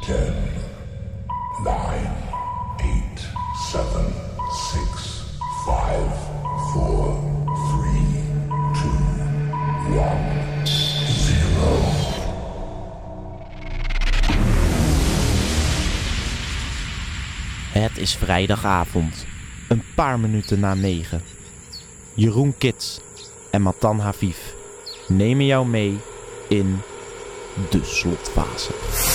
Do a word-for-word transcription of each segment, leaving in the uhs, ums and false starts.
ten, nine, eight, seven, six, five, four, three, two, one, zero. Het is vrijdagavond, een paar minuten na negen. Jeroen Kits en Matan Haviv nemen jou mee in de slotfase.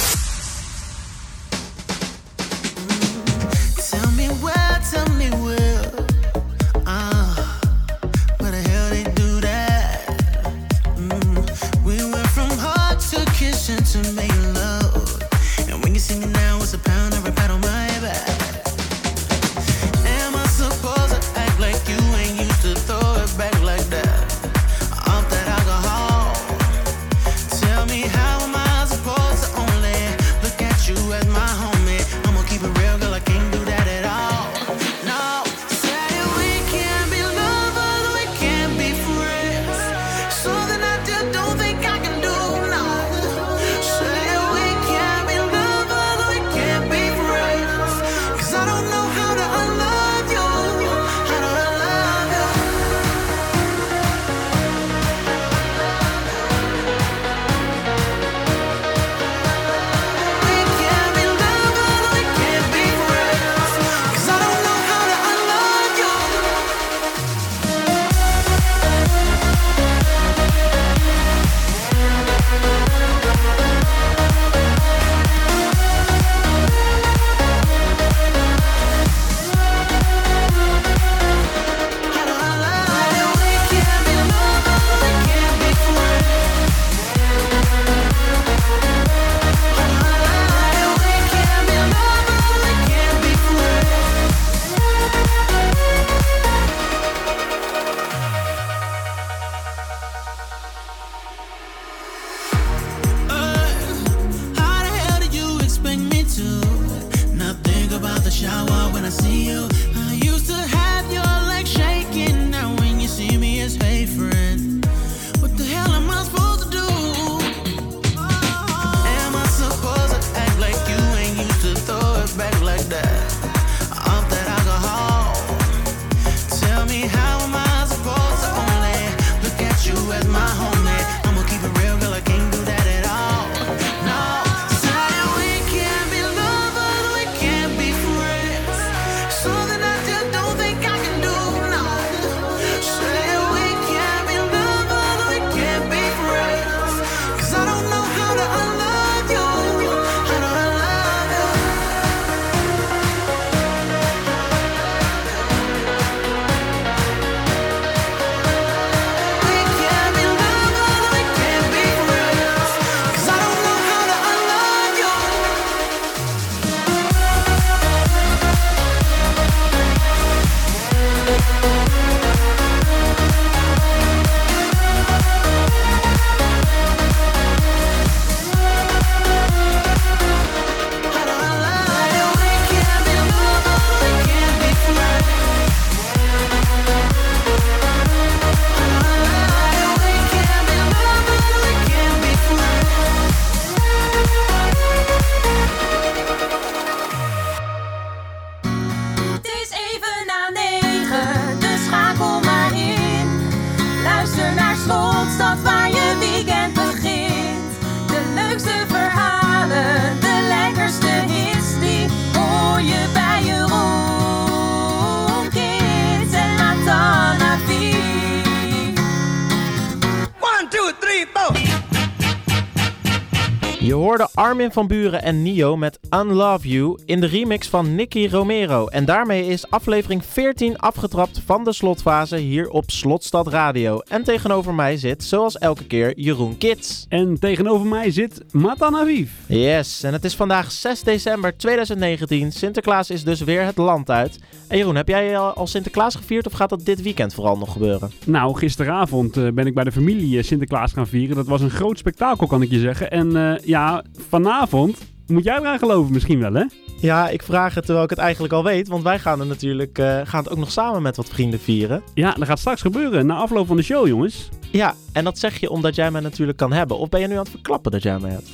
Je hoorde Armin van Buuren en Nio met Unlove You in de remix van Nicky Romero. En daarmee is aflevering veertien afgetrapt van de slotfase hier op Slotstad Radio. En tegenover mij zit, zoals elke keer, Jeroen Kits. En tegenover mij zit Matan Haviv. Yes, en het is vandaag zes december tweeduizend negentien. Sinterklaas is dus weer het land uit. En Jeroen, heb jij al Sinterklaas gevierd of gaat dat dit weekend vooral nog gebeuren? Nou, gisteravond uh, ben ik bij de familie uh, Sinterklaas gaan vieren. Dat was een groot spektakel, kan ik je zeggen. En uh, ja, vanavond moet jij eraan geloven misschien wel, hè? Ja, ik vraag het terwijl ik het eigenlijk al weet. Want wij gaan er natuurlijk uh, gaan het ook nog samen met wat vrienden vieren. Ja, dat gaat straks gebeuren. Na afloop van de show, jongens. Ja, en dat zeg je omdat jij mij natuurlijk kan hebben. Of ben je nu aan het verklappen dat jij mij hebt?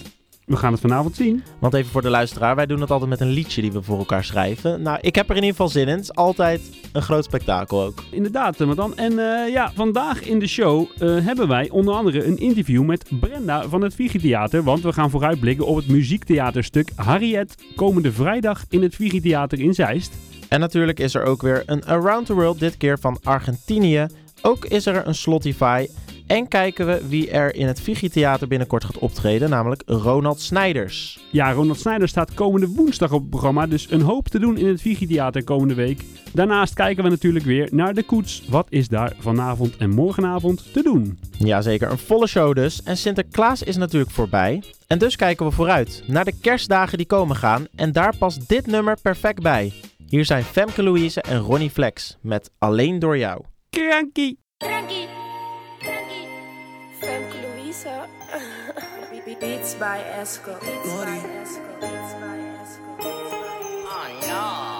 We gaan het vanavond zien. Want even voor de luisteraar, wij doen het altijd met een liedje die we voor elkaar schrijven. Nou, ik heb er in ieder geval zin in. Het is altijd een groot spektakel ook. Inderdaad, Madan. En uh, ja, vandaag in de show uh, hebben wij onder andere een interview met Brenda van het Vigi-theater. Want we gaan vooruitblikken op het muziektheaterstuk Harriet komende vrijdag in het Vigi-theater in Zeist. En natuurlijk is er ook weer een Around the World, dit keer van Argentinië. Ook is er een Slotify. En kijken we wie er in het Vigi-theater binnenkort gaat optreden, namelijk Ronald Snijders. Ja, Ronald Snijders staat komende woensdag op het programma, dus een hoop te doen in het Vigi-theater komende week. Daarnaast kijken we natuurlijk weer naar de koets. Wat is daar vanavond en morgenavond te doen? Jazeker, een volle show dus. En Sinterklaas is natuurlijk voorbij. En dus kijken we vooruit naar de kerstdagen die komen gaan. En daar past dit nummer perfect bij. Hier zijn Femke Louise en Ronnie Flex met Alleen Door Jou. Krankie! Krankie! Krankie! Femke Louise. Beats by Esco. Beats by Esco. Beats by Esco. Oh no.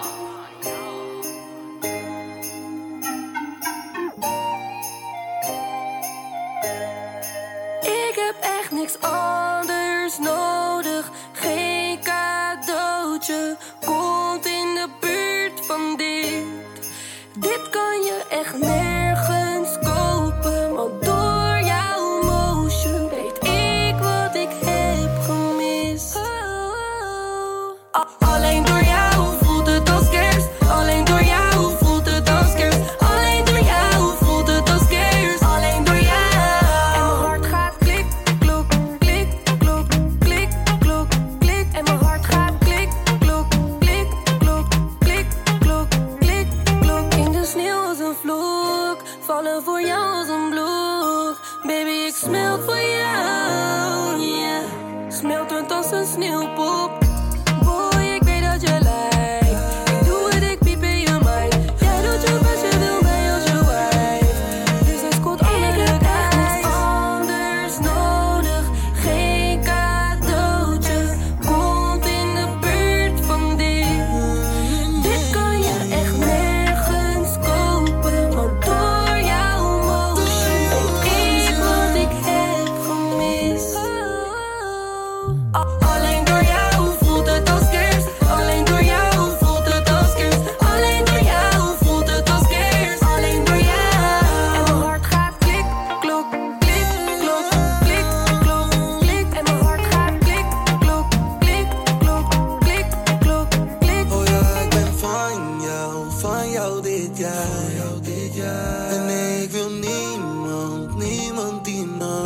Ik heb echt niks anders nodig. Geen cadeautje komt in de buurt van dit. Dit kan je echt nergens kopen, want door jouw motion weet ik wat ik heb gemist. Oh. Alleen door jou voelt het als kerst. Alleen door jou voelt het als kerst. Alleen door jou voelt het als kerst. Alleen door jou. En mijn hart gaat klik, klok, klik, klok, klik, klok, klik. En mijn hart gaat klik, klok, klik, klok, klik, klok, klik, klok. In de sneeuw als een vloek, vallen voor jou als een blok. Baby, ik smelt voor jou, yeah. Smeltend als een sneeuwpop. Boy, ik weet dat je lijkt. Ik doe het, ik piep in je mind. Jij doet je best, je wil mij als je wife. Dus het komt onder de ijs. Niks anders nodig, geen cadeautje komt in de buurt van dit. Dit kan je echt nergens kopen, want door jouw motion weet ik wat ik heb gemist. Oh, alleen door jou voelt het als kerst. Alleen door jou voelt het als kerst. Alleen door jou voelt het als kerst. Alleen door jou. En mijn hart gaat klik, klok, klik, klok, klik, klok, klik. En mijn hart gaat klik, klok, klik, klok, klik, klok, klik. Oh ja, ik ben van jou, van jou dit jaar, jou dit jaar. En nee, ik wil niemand, niemand die na.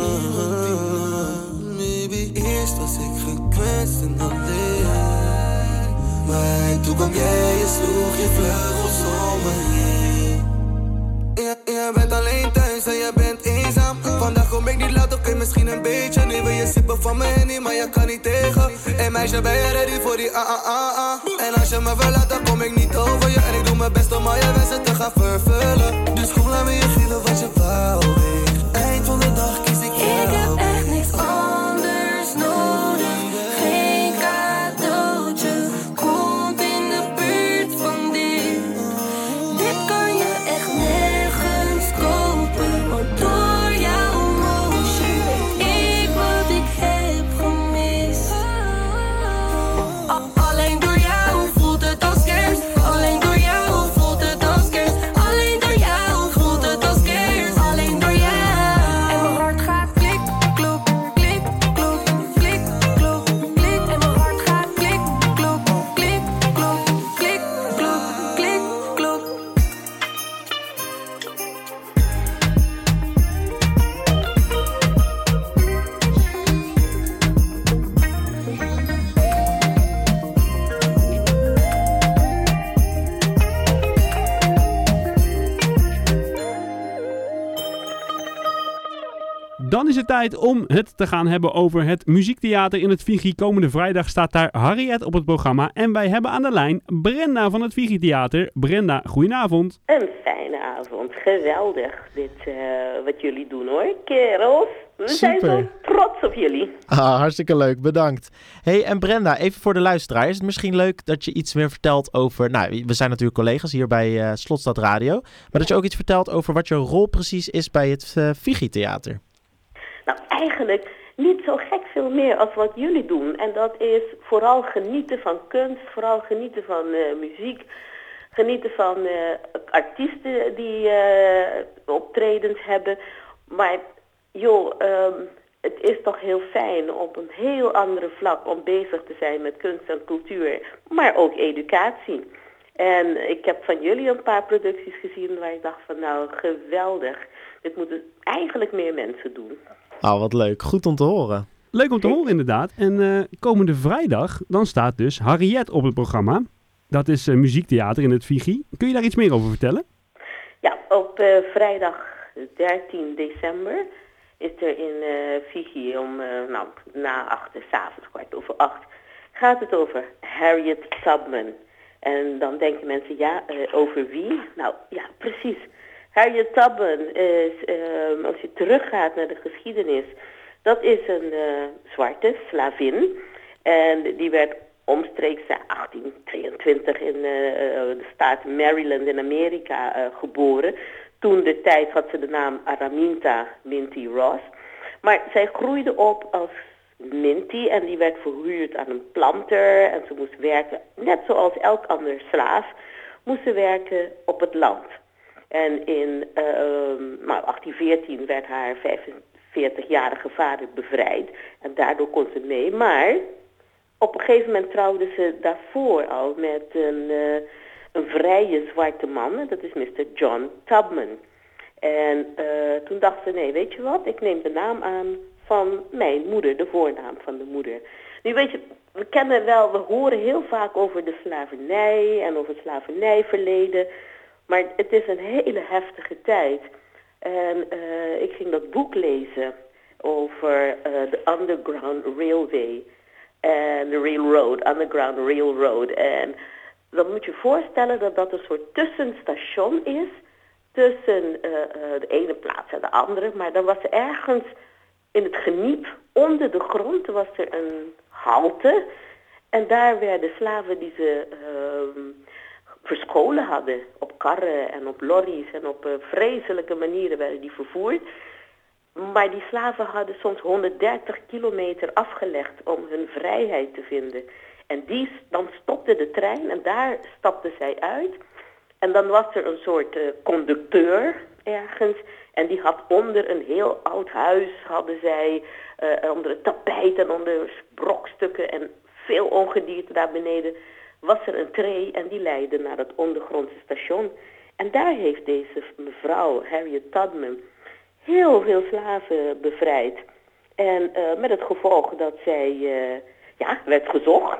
Maybe eerst was ik gekwetst en alleen, maar toen kwam jij, je sloeg je vleugels om me heen. Ja, jij bent alleen thuis en je bent eenzaam. Vandaag kom ik niet laat, oké, okay, misschien een beetje. Nu wil je sippen van me heen, maar je kan niet tegen. En meisje, ben je ready voor die ah ah ah ah. En als je me verlaat, dan kom ik niet over je. En ik doe mijn best om al je wensen te gaan vervullen. Dus kom, laat me je geven wat je wou, weer. Eind van de dag kies ik jou. Ik heb echt niks anders nodig. Geen cadeautje komt in de buurt van dit. Dit kan je echt nergens kopen, want door jouw motion weet ik wat ik heb gemist. Oh, alleen door jou voelt het als kerst. Alleen door jou voelt het als kerst. Alleen door jou voelt het als kerst. Alleen door jou. En mijn hart gaat klik, klok, klik, klok, klik, klok, klik. En mijn hart gaat klik, klok, klik, klok, klik, klok, klik, klok. Dan is het tijd om het te gaan hebben over het muziektheater in het Vigi. Komende vrijdag staat daar Harriet op het programma. En wij hebben aan de lijn Brenda van het Vigi-theater. Brenda, goedenavond. Een fijne avond. Geweldig dit uh, wat jullie doen hoor, kerels. We zijn Super. zo trots op jullie. Ah, hartstikke leuk, bedankt. Hey, en Brenda, even voor de luisteraar. Is het misschien leuk dat je iets meer vertelt over... Nou, we zijn natuurlijk collega's hier bij uh, Slotstad Radio. Maar dat je ook iets vertelt over wat je rol precies is bij het uh, Vigi-theater. Nou, eigenlijk niet zo gek veel meer als wat jullie doen. En dat is vooral genieten van kunst, vooral genieten van uh, muziek, genieten van uh, artiesten die uh, optredens hebben. Maar joh, um, het is toch heel fijn op een heel andere vlak om bezig te zijn met kunst en cultuur, maar ook educatie. En ik heb van jullie een paar producties gezien waar ik dacht van nou, geweldig. Dit moeten eigenlijk meer mensen doen. Oh, wat leuk. Goed om te horen. Leuk om te horen inderdaad. En uh, komende vrijdag, dan staat dus Harriet op het programma. Dat is uh, muziektheater in het Vigie. Kun je daar iets meer over vertellen? Ja, op uh, vrijdag dertien december is er in uh, Vigie om uh, nou, na acht uur 's avonds, kwart over acht, gaat het over Harriet Tubman. En dan denken mensen, ja, uh, over wie? Nou, ja, precies. Harriet Tubman is, uh, als je teruggaat naar de geschiedenis, dat is een uh, zwarte slavin. En die werd omstreeks achttien tweeëntwintig in uh, de staat Maryland in Amerika uh, geboren. Toen de tijd had ze de naam Araminta Minty Ross. Maar zij groeide op als Minty en die werd verhuurd aan een planter. En ze moest werken, net zoals elk ander slaaf, moest ze werken op het land. En in uh, nou, achttien veertien werd haar vijfenveertigjarige vader bevrijd. En daardoor kon ze mee. Maar op een gegeven moment trouwde ze daarvoor al met een, uh, een vrije zwarte man. Dat is mister John Tubman. En uh, toen dacht ze, nee, weet je wat? Ik neem de naam aan van mijn moeder, de voornaam van de moeder. Nu weet je, we kennen wel, we horen heel vaak over de slavernij en over het slavernijverleden. Maar het is een hele heftige tijd. En uh, ik ging dat boek lezen over uh, de Underground Railway en de Railroad, Underground Railroad. En dan moet je voorstellen dat dat een soort tussenstation is tussen uh, uh, de ene plaats en de andere. Maar dan was er ergens in het geniep, onder de grond, was er een halte. En daar werden slaven die ze uh, verscholen hadden, op karren en op lorries en op uh, vreselijke manieren werden die vervoerd. Maar die slaven hadden soms honderddertig kilometer afgelegd om hun vrijheid te vinden. En die, dan stopte de trein en daar stapten zij uit. En dan was er een soort uh, conducteur ergens. En die had onder een heel oud huis, hadden zij uh, onder het tapijt en onder brokstukken en veel ongedierte daar beneden, was er een tree en die leidde naar het ondergrondse station. En daar heeft deze mevrouw, Harriet Tubman, heel veel slaven bevrijd. En uh, met het gevolg dat zij uh, ja, werd gezocht.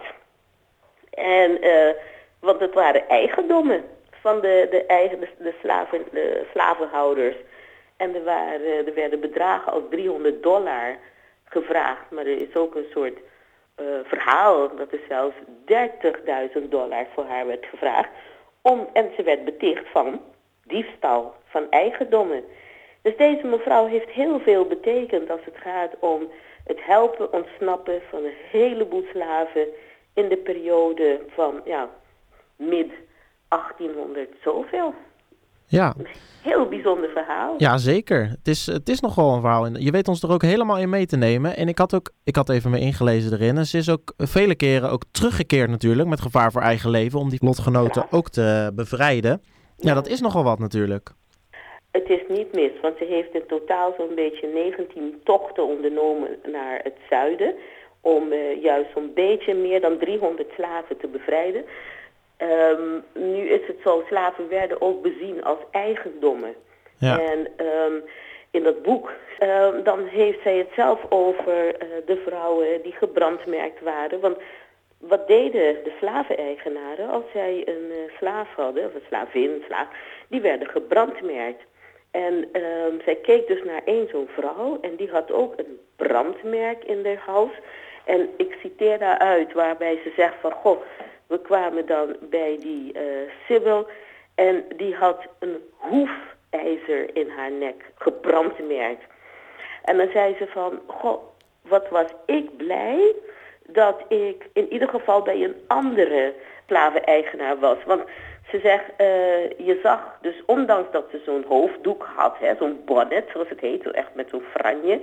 En, uh, want het waren eigendommen van de, de, eigen, de, de, slaven, de slavenhouders. En er, waren, er werden bedragen als driehonderd dollar gevraagd. Maar er is ook een soort uh, verhaal dat er zelfs dertigduizend dollar voor haar werd gevraagd. Om, en ze werd beticht van diefstal van eigendommen. Dus deze mevrouw heeft heel veel betekend als het gaat om het helpen ontsnappen van een heleboel slaven in de periode van ja, mid achttienhonderd zoveel. Ja. Een heel bijzonder verhaal. Ja, zeker. Het is, het is nogal een verhaal. Je weet ons er ook helemaal in mee te nemen. En ik had ook, ik had even me ingelezen erin. En ze is ook vele keren ook teruggekeerd natuurlijk met gevaar voor eigen leven om die lotgenoten ja. ook te bevrijden. Ja, dat is nogal wat natuurlijk. Het is niet mis, want ze heeft in totaal zo'n beetje negentien tochten ondernomen naar het zuiden. Om uh, juist zo'n beetje meer dan driehonderd slaven te bevrijden. Um, nu is het zo, slaven werden ook bezien als eigendommen. Ja. En um, in dat boek, um, dan heeft zij het zelf over uh, de vrouwen die gebrandmerkt waren. Want wat deden de slaveneigenaren als zij een uh, slaaf hadden, of een slavin, een slaaf, die werden gebrandmerkt. En um, zij keek dus naar één zo'n vrouw en die had ook een brandmerk in haar hals. En ik citeer daaruit waarbij ze zegt van, goh, we kwamen dan bij die uh, Sibyl en die had een hoefijzer in haar nek gebrandmerkt. En dan zei ze van, goh, wat was ik blij dat ik in ieder geval bij een andere slaveneigenaar was. Want ze zegt, uh, je zag dus ondanks dat ze zo'n hoofddoek had, hè, zo'n bonnet zoals het heet, zo echt met zo'n franje,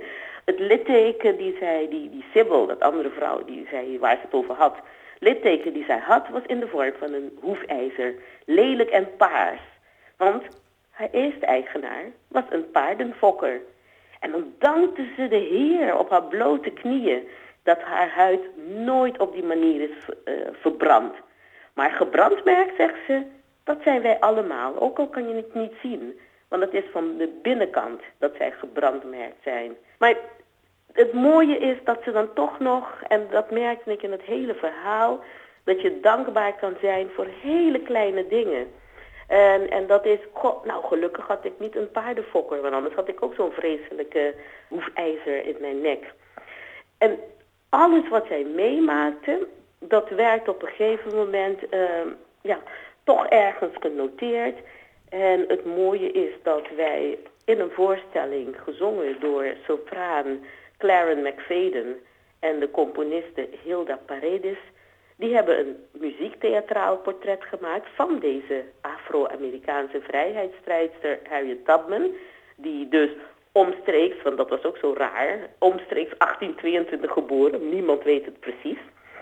Het litteken die zij, die, die Sybil, dat andere vrouw die zij, waar ze het over had, litteken die zij had, was in de vorm van een hoefijzer. Lelijk en paars. Want haar eerste eigenaar was een paardenfokker. En dan dankte ze de Heer op haar blote knieën dat haar huid nooit op die manier is uh, verbrand. Maar gebrandmerkt, zegt ze, dat zijn wij allemaal, ook al kan je het niet zien. Want het is van de binnenkant dat zij gebrandmerkt zijn. Maar het mooie is dat ze dan toch nog, en dat merkte ik in het hele verhaal, dat je dankbaar kan zijn voor hele kleine dingen. En, en dat is, god, nou gelukkig had ik niet een paardenfokker, want anders had ik ook zo'n vreselijke hoefijzer in mijn nek. En alles wat zij meemaakte, dat werd op een gegeven moment uh, ja, toch ergens genoteerd. En het mooie is dat wij in een voorstelling gezongen door sopraan Claren McFadden en de componiste Hilda Paredes, die hebben een muziektheatraal portret gemaakt van deze Afro-Amerikaanse vrijheidsstrijdster Harriet Tubman, die dus omstreeks, want dat was ook zo raar, omstreeks achttien tweeëntwintig geboren, niemand weet het precies.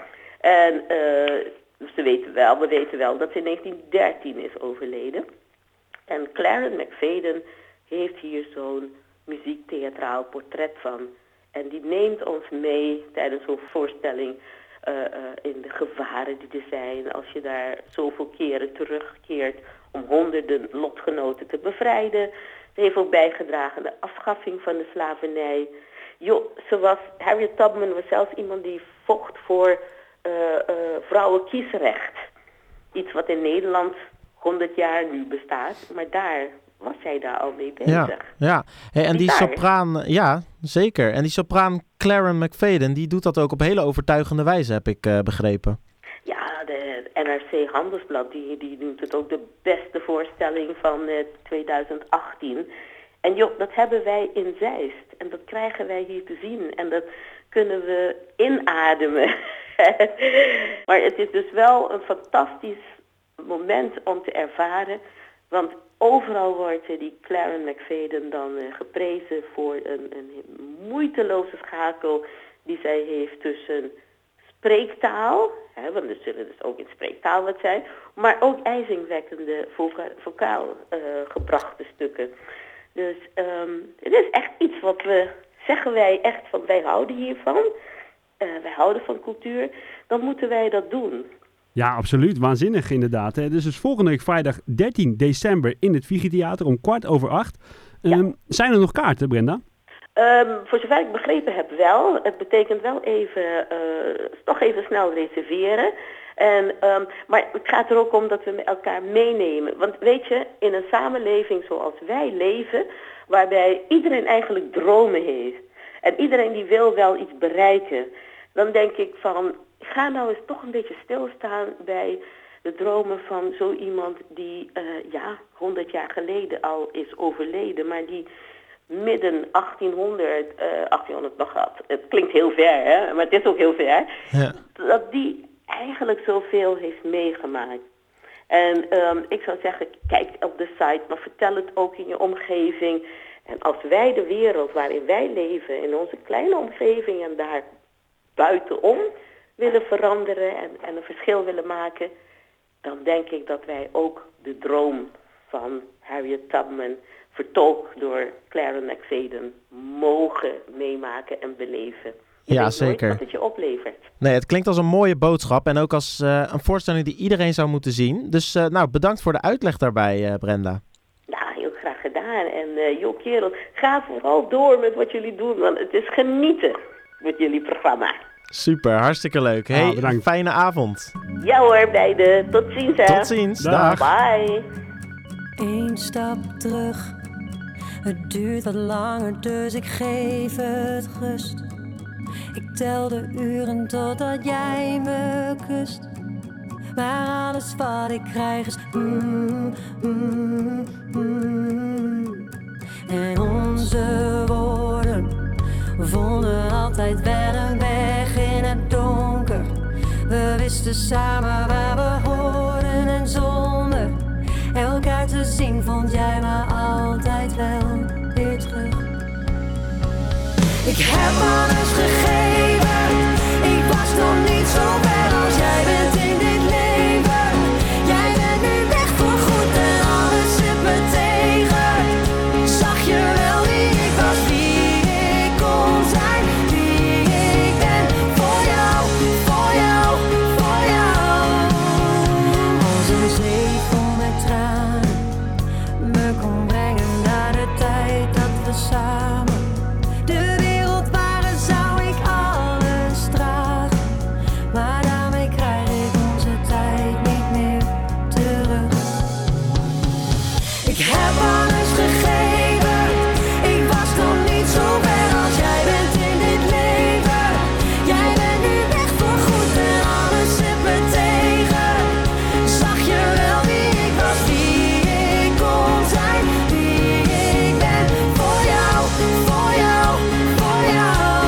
En uh, ze weten wel, we weten wel dat ze in negentien dertien is overleden. En Claren McFadden heeft hier zo'n muziektheatraal portret van. En die neemt ons mee tijdens zo'n voorstelling uh, uh, in de gevaren die er zijn. Als je daar zoveel keren terugkeert om honderden lotgenoten te bevrijden. Ze heeft ook bijgedragen aan de afschaffing van de slavernij. Jo, ze was, Harriet Tubman was zelfs iemand die vocht voor uh, uh, vrouwenkiesrecht. Iets wat in Nederland honderd jaar nu bestaat, maar daar was zij daar al mee bezig. Ja, ja. Hey, en die daar. sopraan, ja, zeker. En die sopraan Claren McFadden, die doet dat ook op hele overtuigende wijze, heb ik uh, begrepen. Ja, de N R C Handelsblad, die, die noemt het ook de beste voorstelling van uh, twintig achttien. En joh, dat hebben wij in Zeist. En dat krijgen wij hier te zien. En dat kunnen we inademen. Maar het is dus wel een fantastisch moment om te ervaren. Want overal wordt die Claren McFadden dan uh, geprezen voor een, een moeiteloze schakel die zij heeft tussen spreektaal, hè, want er zullen dus ook in spreektaal wat zijn, maar ook ijzingwekkende voca- vocaal uh, gebrachte stukken. Dus um, het is echt iets wat we, zeggen wij echt van wij houden hiervan, uh, wij houden van cultuur, dan moeten wij dat doen. Ja, absoluut. Waanzinnig inderdaad. Hè. Dus, dus volgende week vrijdag dertien december in het Vigitheater om kwart over acht. Um, ja. Zijn er nog kaarten, Brenda? Um, voor zover ik begrepen heb wel. Het betekent wel even, uh, toch even snel reserveren. En, um, maar het gaat er ook om dat we elkaar meenemen. Want weet je, in een samenleving zoals wij leven, waarbij iedereen eigenlijk dromen heeft. En iedereen die wil wel iets bereiken. Dan denk ik van, ga nou eens toch een beetje stilstaan bij de dromen van zo iemand die, uh, ja, honderd jaar geleden al is overleden. Maar die midden achttienhonderd, uh, achttienhonderd nog had. Het klinkt heel ver, hè? Maar het is ook heel ver. Ja. Dat die eigenlijk zoveel heeft meegemaakt. En um, ik zou zeggen, kijk op de site, maar vertel het ook in je omgeving. En als wij de wereld waarin wij leven, in onze kleine omgeving en daar buitenom willen veranderen en, en een verschil willen maken, dan denk ik dat wij ook de droom van Harriet Tubman, vertolkt door Claren McFadden, mogen meemaken en beleven. Je ja, weet zeker. nooit wat het je oplevert. Nee, het klinkt als een mooie boodschap en ook als uh, een voorstelling die iedereen zou moeten zien. Dus uh, nou, bedankt voor de uitleg daarbij, uh, Brenda. Ja, heel graag gedaan. En uh, joh, kerel, ga vooral door met wat jullie doen, want het is genieten met jullie programma. Super, hartstikke leuk. Hey, ah, bedankt. Fijne avond. Ja hoor, beide. Tot ziens, hè. Tot ziens. Dag. Bye. Eén stap terug. Het duurt wat langer, dus ik geef het rust. Ik tel de uren totdat jij me kust. Maar alles wat ik krijg is mm, mm, mm. En onze woorden vonden altijd wel een weg in het donker. We wisten samen waar we hoorden en zonder elkaar te zien vond jij me altijd wel weer terug. Ik heb alles gegeven. Ik was nog niet zo ver als jij bent in dit leven. Jij bent nu weg voor goed en alles zit me tegen. Zag je wel wie ik was, wie ik kon zijn, wie ik ben. Voor jou, voor jou, voor jou. Als een zee vol met tranen me kon brengen naar de tijd dat we samen de wereld waren, zou ik alles dragen. Maar daarmee krijg ik onze tijd niet meer terug. Ik heb alles gegeven. Ik was nog niet zo ver als jij bent in dit leven. Jij bent nu weg voor goed en alles zit me tegen. Zag je wel wie ik was, wie ik kon zijn, wie ik ben. Voor jou, voor jou, voor jou.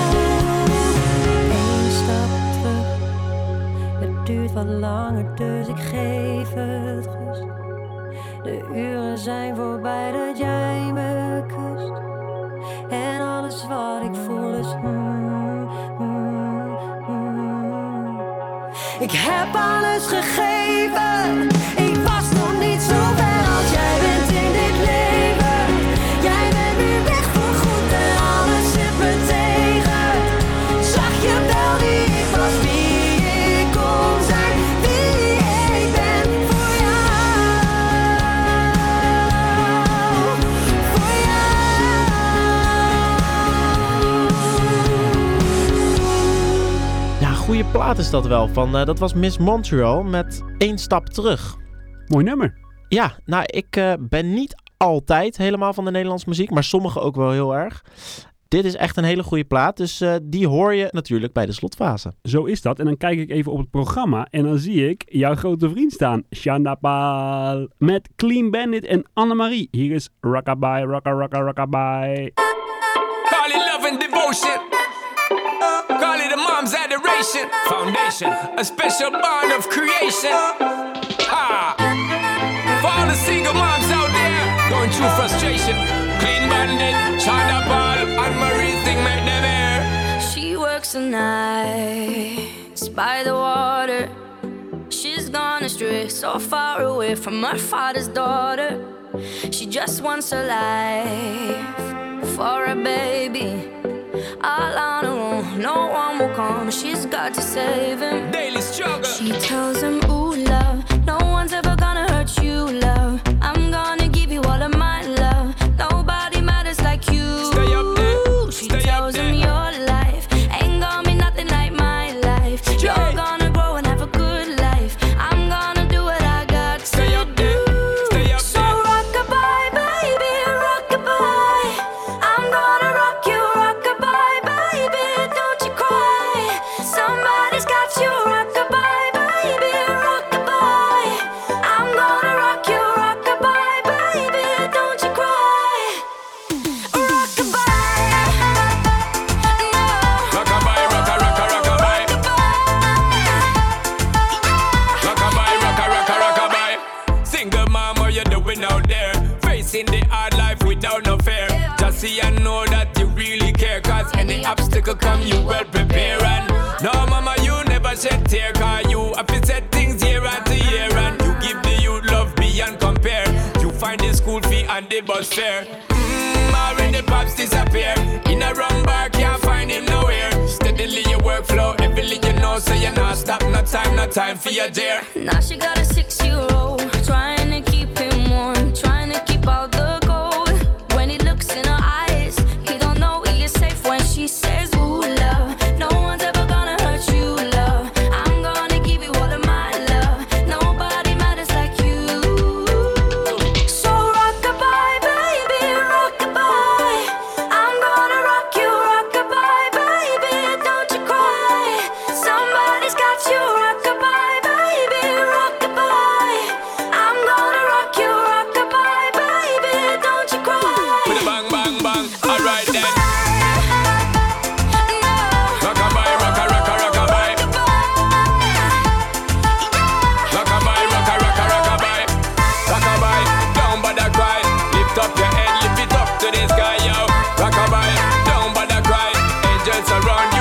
Eén stap terug. Het duurt wat langer, dus ik geef het rust. De uren zijn voorbij dat jij me kust. En alles wat ik voel is mm, mm, mm. Ik heb alles gegeven. Ik was nog niet zo ver als jij bent in dit leven. Jij bent nu weg voor goed en alles zit me tegen. Zag je wel wie ik was, wie ik kon zijn, wie ik ben. Voor jou, voor jou. Ja, goede plaat is dat wel. Van, uh, dat was Miss Montreal met één stap terug. Mooi nummer. Ja, nou, ik uh, ben niet altijd helemaal van de Nederlandse muziek, maar sommige ook wel heel erg. Dit is echt een hele goede plaat, dus uh, die hoor je natuurlijk bij de slotfase. Zo is dat. En dan kijk ik even op het programma en dan zie ik jouw grote vriend staan. Shanda Paal met Clean Bandit en Annemarie. Hier is Rockabye, Rocka, Rocka, Rockabye. Call it love and devotion. Call it a mom's adoration. Foundation, a special bond of creation. Ah. For all the single moms out there going through frustration. Clean Bandit, China Ball, and Marie thing make them air. She works the nights by the water. She's gone astray, so far away from her father's daughter. She just wants a life for a baby. All on her own, no one will come. She's got to save him. Daily struggle. She tells him, ooh, love, no one's ever gonna hurt you, love. I'm gonna give you all of my love. Nobody matters like you. Stay up there. She Stay tells up him there. your life ain't gonna be nothing like my life. Yeah. You're gonna grow and have a good life. I'm gonna do what I got to Stay up do. there. Stay up So there. rockabye, baby, rockabye. I'm gonna rock you, rockabye, baby. Don't you cry. Somebody's got you, rockabye, baby, rockabye. I'm gonna rock you, rockabye, baby. Don't you cry. Rockabye. No. Rockabye, rocka, rocka, rockabye. Rockabye, rocka, rocka, rockabye. Single mom, what you doing out there? Facing the hard life without no fear. Just see and know that you really care. Cause any obstacle come, you well prepare. And no, mama, you never shed tear. Cause you have to set things year after year. And you give the youth love beyond compare. You find the school fee and the bus fare. Mmm, already pops disappear. In a wrong bar, can't find him nowhere. Steadily your workflow, everything you know. So you're not stop, no time, no time for your dear. Now she got a six-year-old, trying to keep him warm, trying to keep out the cold. When he looks in her eyes, he don't know he is safe when she says, ooh, love, no one's ever gonna hurt you, love. I'm gonna give you all of my love. Nobody matters like you. So rockabye, baby, rockabye. I'm gonna rock you, rockabye, baby. Don't you cry. Somebody's got you, rockabye, baby, rockabye.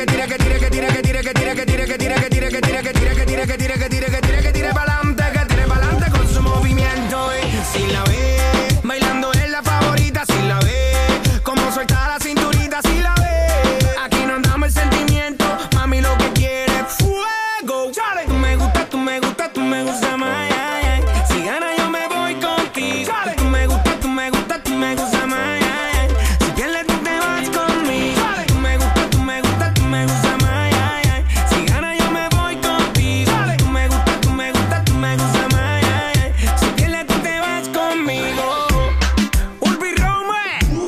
que tire, que tire, que tire, que tire, que tire, que tire, que tire, que tire, que tire, que tire, que tire, que tire, que tire, que tire, que tire pa'lante, que tire pa'lante con su movimiento. Si la ve, bailando es la favorita, si la ve, como suelta la cinturita, si la ve. Aquí no andamos el sentimiento, mami lo que quiere es fuego. Tú me gusta, tú me gusta, tú me gusta más. Si gana yo me voy contigo. Tú me gusta, tú me gusta, tú me gusta más. Si pierdes tú te vas conmigo. Tú me gusta, tú me gusta, tú me gusta más. Si gana yo me voy contigo. Tú me gusta, tú me gusta, tú me gusta más. Si pierdes tú te vas conmigo. Urbi Rome.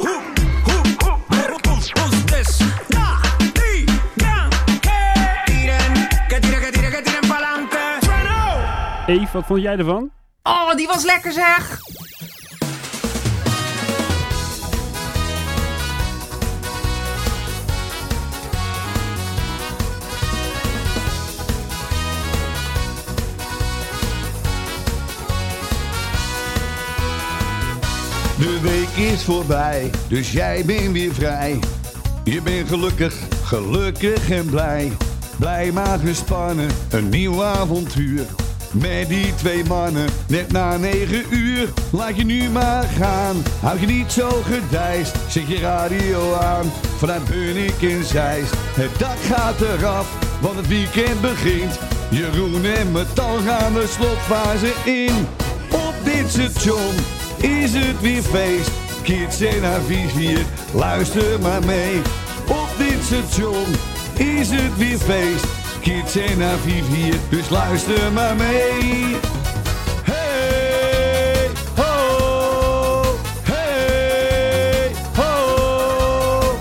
Who's this? Da, di, da, que tiren, que tiren, que tiren, que tiren pa'lante. Eve, wat vond jij ervan? Oh, die was lekker zeg! De week is voorbij, dus jij bent weer vrij. Je bent gelukkig, gelukkig en blij. Blij maar gespannen, een nieuw avontuur. Met die twee mannen, net na negen uur. Laat je nu maar gaan, hou je niet zo gedijst. Zet je radio aan, vanuit Bunnik en Zeist. Het dak gaat eraf, want het weekend begint. Jeroen en Metal gaan de slotfase in. Op dit station is het weer feest. Kids en haar vizier, luister maar mee. Op dit station is het weer feest. Kids en haar vizier, dus luister maar mee. Hey, ho, hey, ho.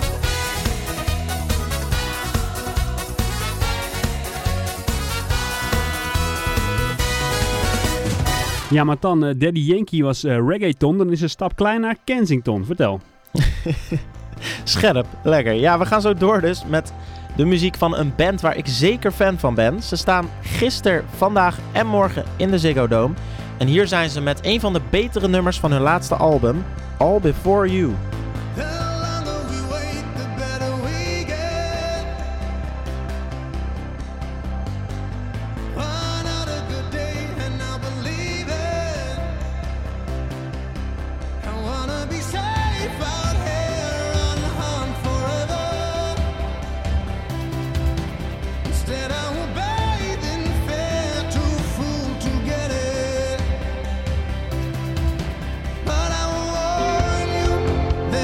Ja, maar dan, uh, Daddy Yankee was uh, reggaeton, dan is een stap klein naar Kensington. Vertel. Scherp, lekker. Ja, we gaan zo door dus met de muziek van een band waar ik zeker fan van ben. Ze staan gisteren, vandaag en morgen in de Ziggo Dome. En hier zijn ze met een van de betere nummers van hun laatste album, All Before You. There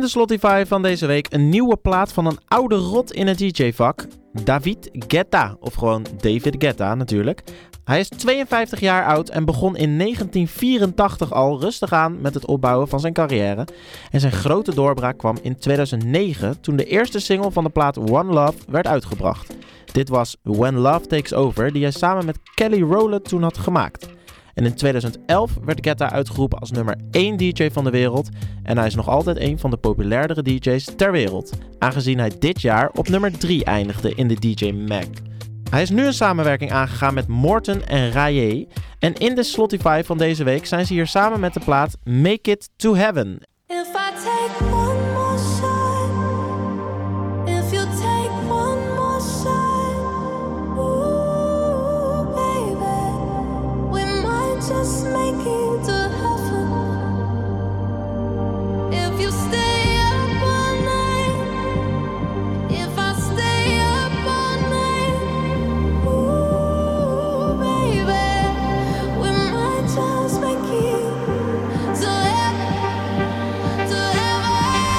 de Slotify van deze week een nieuwe plaat van een oude rot in het D J-vak. David Guetta, of gewoon David Guetta natuurlijk. Hij is tweeënvijftig jaar oud en begon in negentien vierentachtig al rustig aan met het opbouwen van zijn carrière. En zijn grote doorbraak kwam in tweeduizend negen toen de eerste single van de plaat One Love werd uitgebracht. Dit was When Love Takes Over, die hij samen met Kelly Rowland toen had gemaakt. En in tweeduizend elf werd Guetta uitgeroepen als nummer één D J van de wereld. En hij is nog altijd een van de populairdere D J's ter wereld, aangezien hij dit jaar op nummer drie eindigde in de D J Mag. Hij is nu een samenwerking aangegaan met Morten en Raye. En in de Slotify van deze week zijn ze hier samen met de plaat Make It To Heaven. If I take one more shot, if you take one more shot, ooh, baby, we might just make it to heaven. If you stay up all night, if I stay up all night, ooh, baby, we might just make it to heaven, to heaven.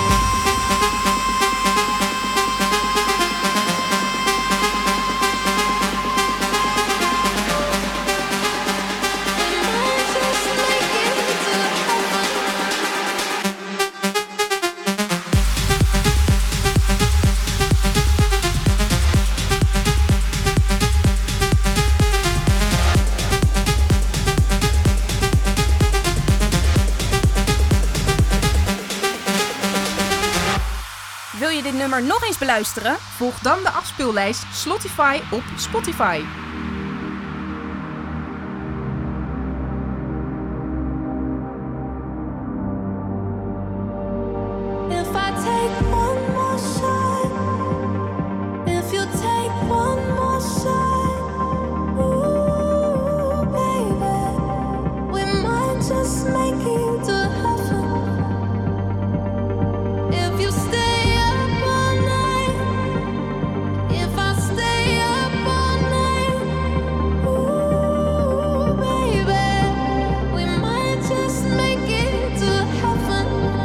Wil je dit nummer nog eens beluisteren? Volg dan de afspeellijst Slotify op Spotify. If I take one more shot, if you take one more shot, ooh, baby, we might just make it to heaven. If you stay up all night, if I stay up all night, ooh, baby, we might just make it to heaven.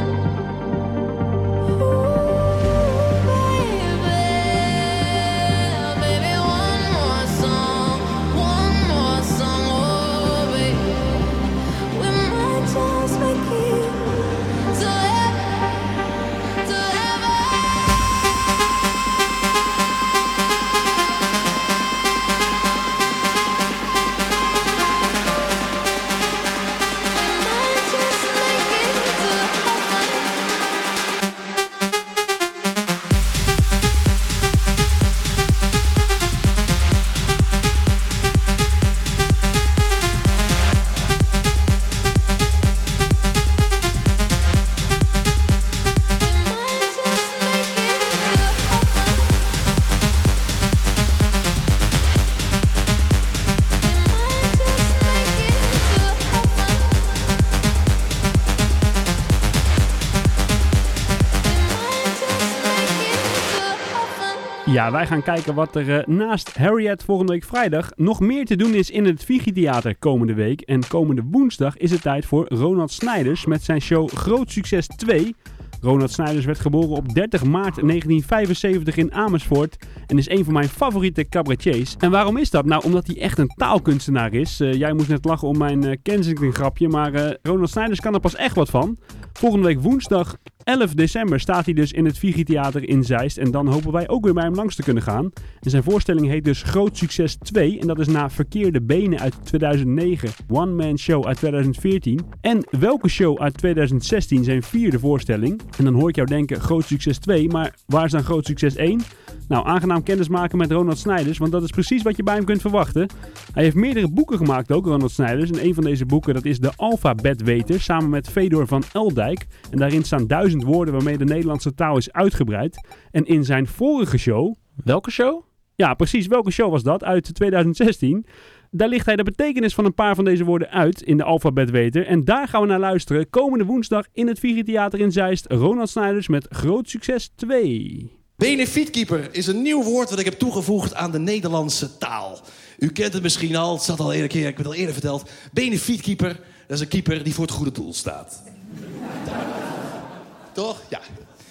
Ja, wij gaan kijken wat er uh, naast Harriet volgende week vrijdag nog meer te doen is in het Vigi-theater komende week. En komende woensdag is het tijd voor Ronald Snijders met zijn show Groot Succes twee. Ronald Snijders werd geboren op dertig maart negentien vijfenzeventig in Amersfoort en is een van mijn favoriete cabaretiers. En waarom is dat? Nou, omdat hij echt een taalkunstenaar is. Uh, jij moest net lachen om mijn uh, Kensington grapje, maar uh, Ronald Snijders kan er pas echt wat van. Volgende week woensdag elf december staat hij dus in het Vigi-theater in Zeist en dan hopen wij ook weer bij hem langs te kunnen gaan. En zijn voorstelling heet dus Groot Succes twee en dat is na Verkeerde Benen uit tweeduizend negen, One Man Show uit tweeduizend veertien en Welke Show uit tweeduizend zestien zijn vierde voorstelling. En dan hoor ik jou denken Groot Succes twee, maar waar is dan Groot Succes één? Nou, aangenaam kennismaken met Ronald Snijders, want dat is precies wat je bij hem kunt verwachten. Hij heeft meerdere boeken gemaakt ook, Ronald Snijders. En een van deze boeken, dat is de Alfabetweter, samen met Fedor van Eldijk. En daarin staan duizend woorden waarmee de Nederlandse taal is uitgebreid. En in zijn vorige show... Welke show? Ja, precies. Welke show was dat? Uit tweeduizend zestien. Daar ligt hij de betekenis van een paar van deze woorden uit in de Alfabetweter. En daar gaan we naar luisteren. Komende woensdag in het Vigi-theater in Zeist. Ronald Snijders met Groot Succes twee. Benefietkeeper is een nieuw woord dat ik heb toegevoegd aan de Nederlandse taal. U kent het misschien al, het zat al eerder keer, ik heb het al eerder verteld. Benefietkeeper, dat is een keeper die voor het goede doel staat. Toch? Ja.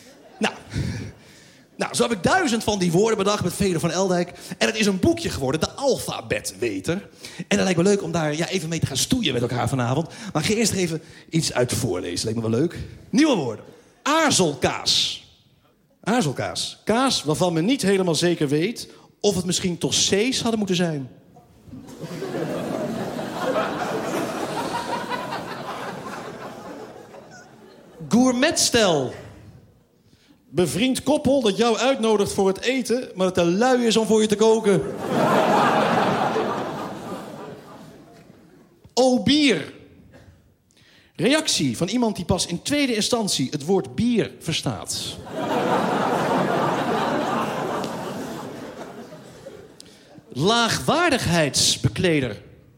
Nou, nou, zo heb ik duizend van die woorden bedacht met Veder van Eldijk. En het is een boekje geworden, de Alfabetweter. En dat lijkt me leuk om daar ja, even mee te gaan stoeien met elkaar vanavond. Maar ik ga eerst even iets uit voorlezen, lijkt me wel leuk. Nieuwe woorden. Aarzelkaas. Aarzelkaas. Kaas waarvan men niet helemaal zeker weet of het misschien toch C's hadden moeten zijn. Gourmetstel. Bevriend koppel dat jou uitnodigt voor het eten, maar dat te lui is om voor je te koken. O bier. Reactie van iemand die pas in tweede instantie het woord bier verstaat. Laagwaardigheidsbekleder.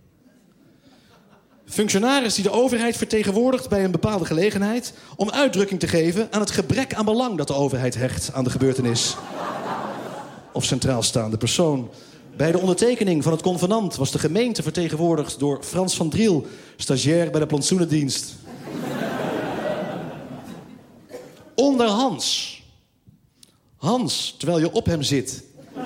Functionaris die de overheid vertegenwoordigt bij een bepaalde gelegenheid om uitdrukking te geven aan het gebrek aan belang dat de overheid hecht aan de gebeurtenis. Of centraal staande persoon. Bij de ondertekening van het convenant was de gemeente vertegenwoordigd door Frans van Driel, stagiair bij de plantsoenendienst. Onder Hans. Hans, terwijl je op hem zit.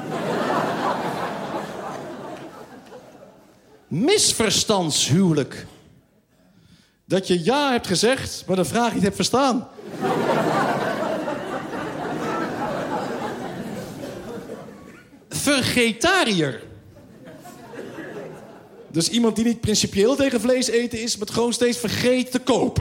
Misverstandshuwelijk. Dat je ja hebt gezegd, maar de vraag niet hebt verstaan. Vegetariër. Dus iemand die niet principieel tegen vlees eten is, maar het gewoon steeds vergeet te kopen.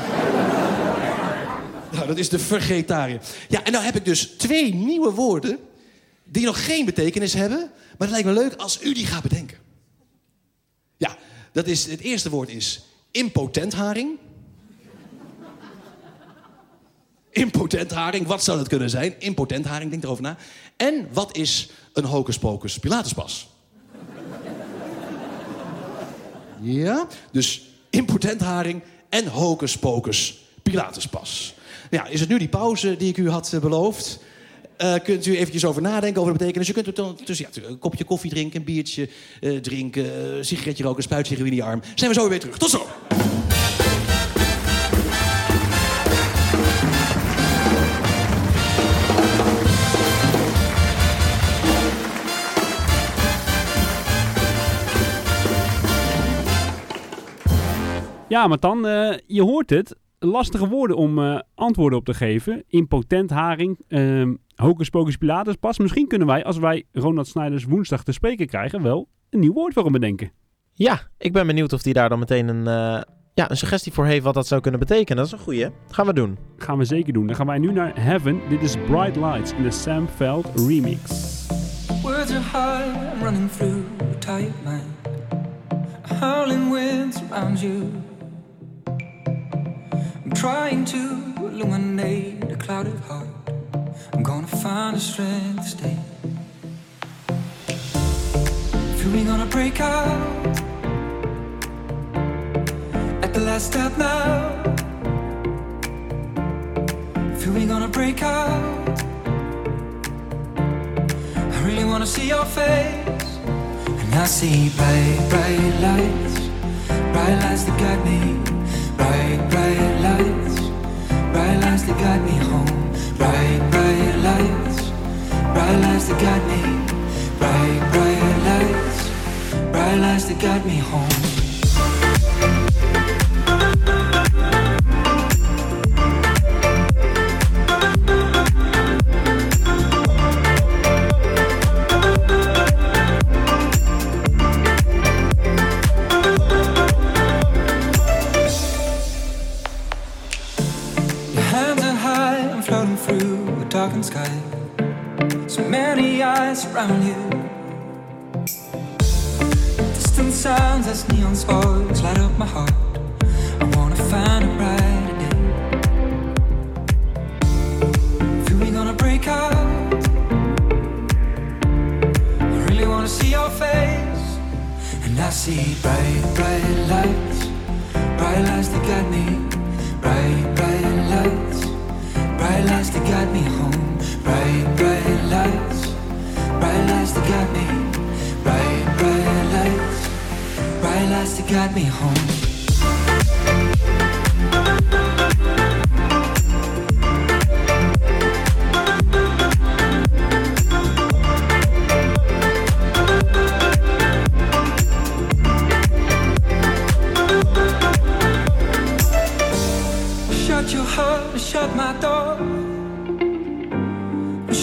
Nou, dat is de vegetariër. Ja, en nou heb ik dus twee nieuwe woorden die nog geen betekenis hebben, maar het lijkt me leuk als u die gaat bedenken. Ja, dat is, het eerste woord is impotentharing. Impotentharing, wat zou dat kunnen zijn? Impotentharing, denk erover na. En wat is een hocus-pocus Pilatuspas? Ja, dus impotentharing en hocus-pocus Pilatuspas. Ja, is het nu die pauze die ik u had uh, beloofd? Uh, kunt u eventjes over nadenken over de betekenis. Je kunt er dus, ja, een kopje koffie drinken, een biertje uh, drinken, uh, een sigaretje roken, een spuitje heroïne in je arm. Zijn we zo weer terug. Tot zo! Ja, maar dan, uh, je hoort het. Lastige woorden om uh, antwoorden op te geven. Impotent haring, uh, hocus pocus Pilatus pas. Misschien kunnen wij, als wij Ronald Snijders woensdag te spreken krijgen, wel een nieuw woord voor hem bedenken. Ja, ik ben benieuwd of hij daar dan meteen een, uh, ja, een suggestie voor heeft wat dat zou kunnen betekenen. Dat is een goeie. Gaan we doen. Gaan we zeker doen. Dan gaan wij nu naar Heaven. Dit is Bright Lights in de Sam Veld remix. Words are high, I'm running through a tired mind. A howling wind surrounds you. I'm trying to illuminate a clouded heart. I'm gonna find the strength to stay. Feel we gonna break out at the last step now. Feel we gonna break out. I really wanna see your face. And I see bright, bright lights. Bright lights that guide me. Bright, bright lights, bright lights that guide me home. Bright, bright lights, bright lights that guide me. Bright, bright lights, bright lights that guide me home. Darkened sky, so many eyes around you. Distant sounds as neon sparks light up my heart. I wanna find a brighter day. Feel we gonna break out. I really wanna see your face. And I see bright, bright lights. Bright lights that guide me. Bright, bright lights. Bright lights that guide me home. Bright, bright lights. Bright lights that guide me. Bright, bright lights. Bright lights that guide me home.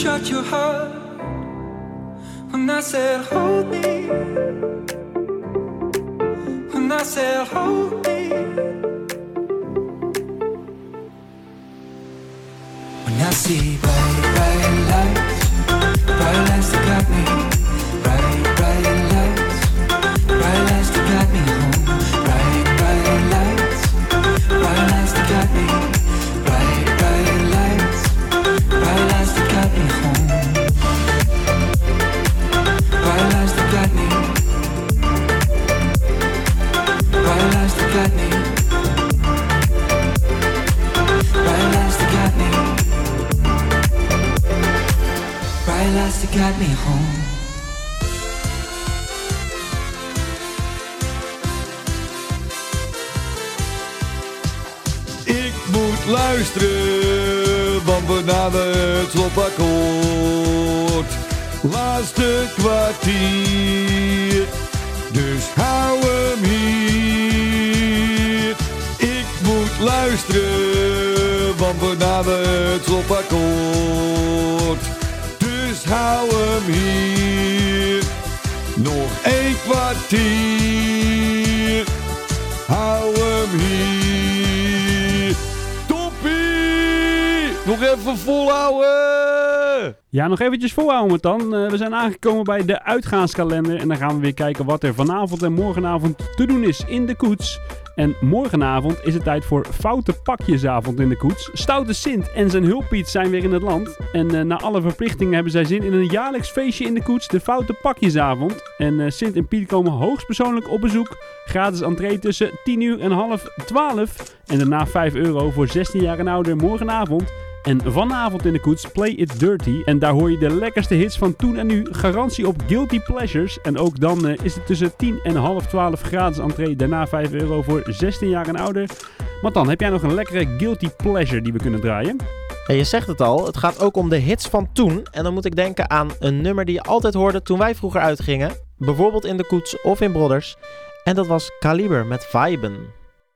shut your heart when I said hold me, when I said hold me, when I see bright, bright lights, bright lights that got me, bright, bright lights, bright lights that got me home, bright, bright lights, bright lights that got me, bright, bright lights, bright lights that got me home, bright lights that got me, bright lights that got me, bright lights that got me, bright lights that got me home. Ik moet luisteren, want we naderen het slotakkoord. Laatste kwartier, dus hou hem hier. Ik moet luisteren, want we naderen het slotakkoord. Dus hou hem hier, nog één kwartier. Hou hem hier. Toppie! Nog even volhouden! Ja, nog eventjes volhouden dan. Uh, we zijn aangekomen bij de uitgaanskalender. En dan gaan we weer kijken wat er vanavond en morgenavond te doen is in de koets. En morgenavond is het tijd voor Foute Pakjesavond in de koets. Stoute Sint en zijn hulppiet zijn weer in het land. En uh, na alle verplichtingen hebben zij zin in een jaarlijks feestje in de koets, de Foute Pakjesavond. En uh, Sint en Piet komen hoogstpersoonlijk op bezoek. Gratis entree tussen tien uur en half twaalf. En daarna vijf euro voor zestien jaar en ouder morgenavond. En vanavond in de koets Play It Dirty. En daar hoor je de lekkerste hits van toen en nu. Garantie op Guilty Pleasures. En ook dan uh, is het tussen tien en half twaalf gratis entree. Daarna vijf euro voor zestien jaar en ouder. Maar dan, heb jij nog een lekkere Guilty Pleasure die we kunnen draaien? En je zegt het al, het gaat ook om de hits van toen. En dan moet ik denken aan een nummer die je altijd hoorde toen wij vroeger uitgingen. Bijvoorbeeld in de koets of in Brodders. En dat was Kaliber met Viben.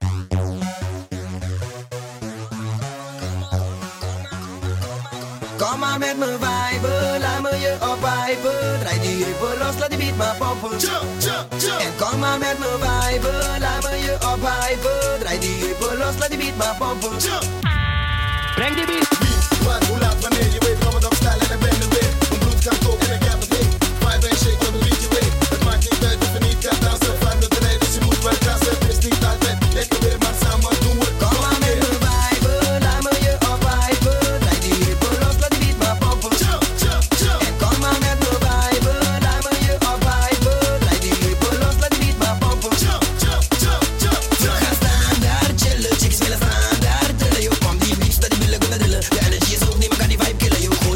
Kom maar met me viben, laat me je opwijpen. Draai die heupen los, laat die beat maar poppen. En kom maar met me viben, laat me je opwijpen. Draai die heupen los, laat die beat maar poppen. Breng die beat. Wie, wat, hoe laat, wanneer je weet, kom het op stijl en ik ben er weer. Mijn bloed kan koken en ik heb het niet. Vibe en shake, dat beat je weet. Het maakt niet uit of je niet kan dansen. Van de terrein, dus je moet wel dansen. Het is niet altijd, lekker weer, maar samen doen we het. Kom maar met me viben, laat me je opwijpen. Draai die heupen los, laat die beat maar poppen. En kom maar met me viben, laat me je opwijpen. Draai die heupen los, laat die beat maar poppen. We gaan staan daar chillen, chicks willen staan daar trillen. Yo, kom die beats, dat die willen kunnen drillen. De energie is hoog, niemand kan die vibe killen. Yo,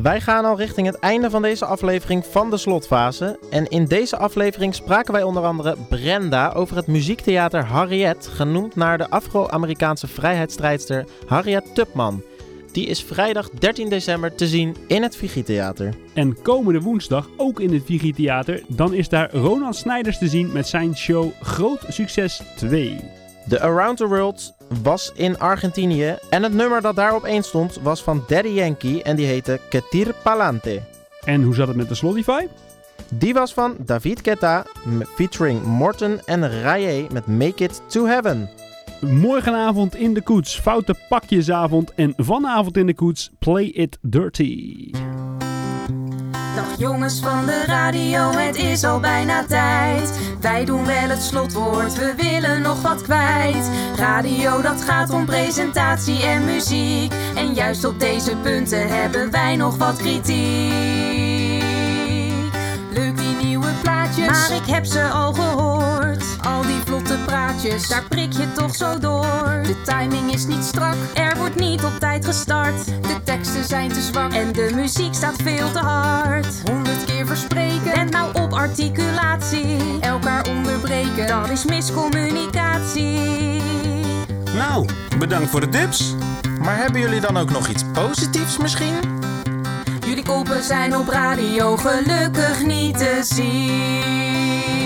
Wij gaan al richting het einde van deze aflevering van de slotfase. En in deze aflevering spraken wij onder andere Brenda over het muziektheater Harriet, genoemd naar de Afro-Amerikaanse vrijheidsstrijdster Harriet Tubman. Die is vrijdag dertien december te zien in het Vigietheater. En komende woensdag ook in het Vigietheater, dan is daar Ronald Snijders te zien met zijn show Groot Succes twee. De Around the World was in Argentinië en het nummer dat daarop één stond was van Daddy Yankee en die heette Que Tire Pa'lante. En hoe zat het met de Slotify? Die was van David Guetta featuring Morten en Raye met Make It to Heaven. Morgenavond in de koets, foute pakjesavond en vanavond in de koets Play It Dirty. Dag jongens van de radio, het is al bijna tijd. Wij doen wel het slotwoord, we willen nog wat kwijt. Radio, dat gaat om presentatie en muziek. En juist op deze punten hebben wij nog wat kritiek. Leuk die nieuwe plaatjes, maar ik heb ze al gehoord. Al die vlotte praatjes, daar prik je toch zo door. De timing is niet strak, er wordt niet op tijd gestart. De teksten zijn te zwak en de muziek staat veel te hard. Honderd keer verspreken, en nou op articulatie. Elkaar onderbreken, dat is miscommunicatie. Nou, bedankt voor de tips. Maar hebben jullie dan ook nog iets positiefs misschien? Jullie koppen zijn op radio gelukkig niet te zien.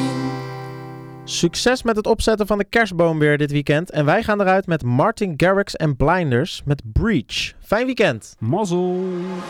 Succes met het opzetten van de kerstboom weer dit weekend. En wij gaan eruit met Martin Garrix en Blinders met Breach. Fijn weekend. Mazzel.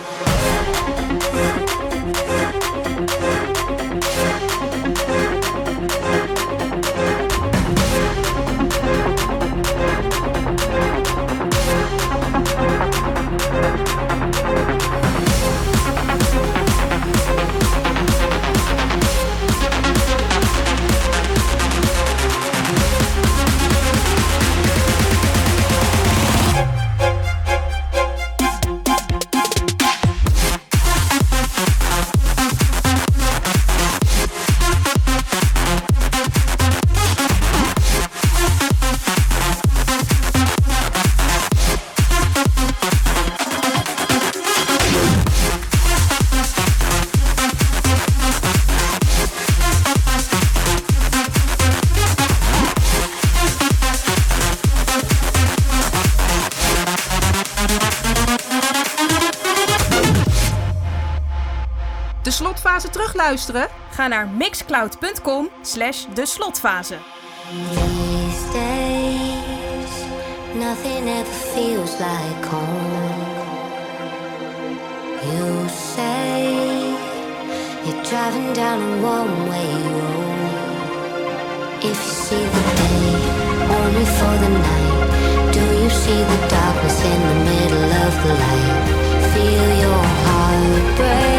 De slotfase terugluisteren? Ga naar mixcloud.com slash de slotfase. These days, nothing ever feels like home. You say you're driving down a one-way road. If you see the day only for the night, do you see the darkness in the middle of the light? Feel your heart break.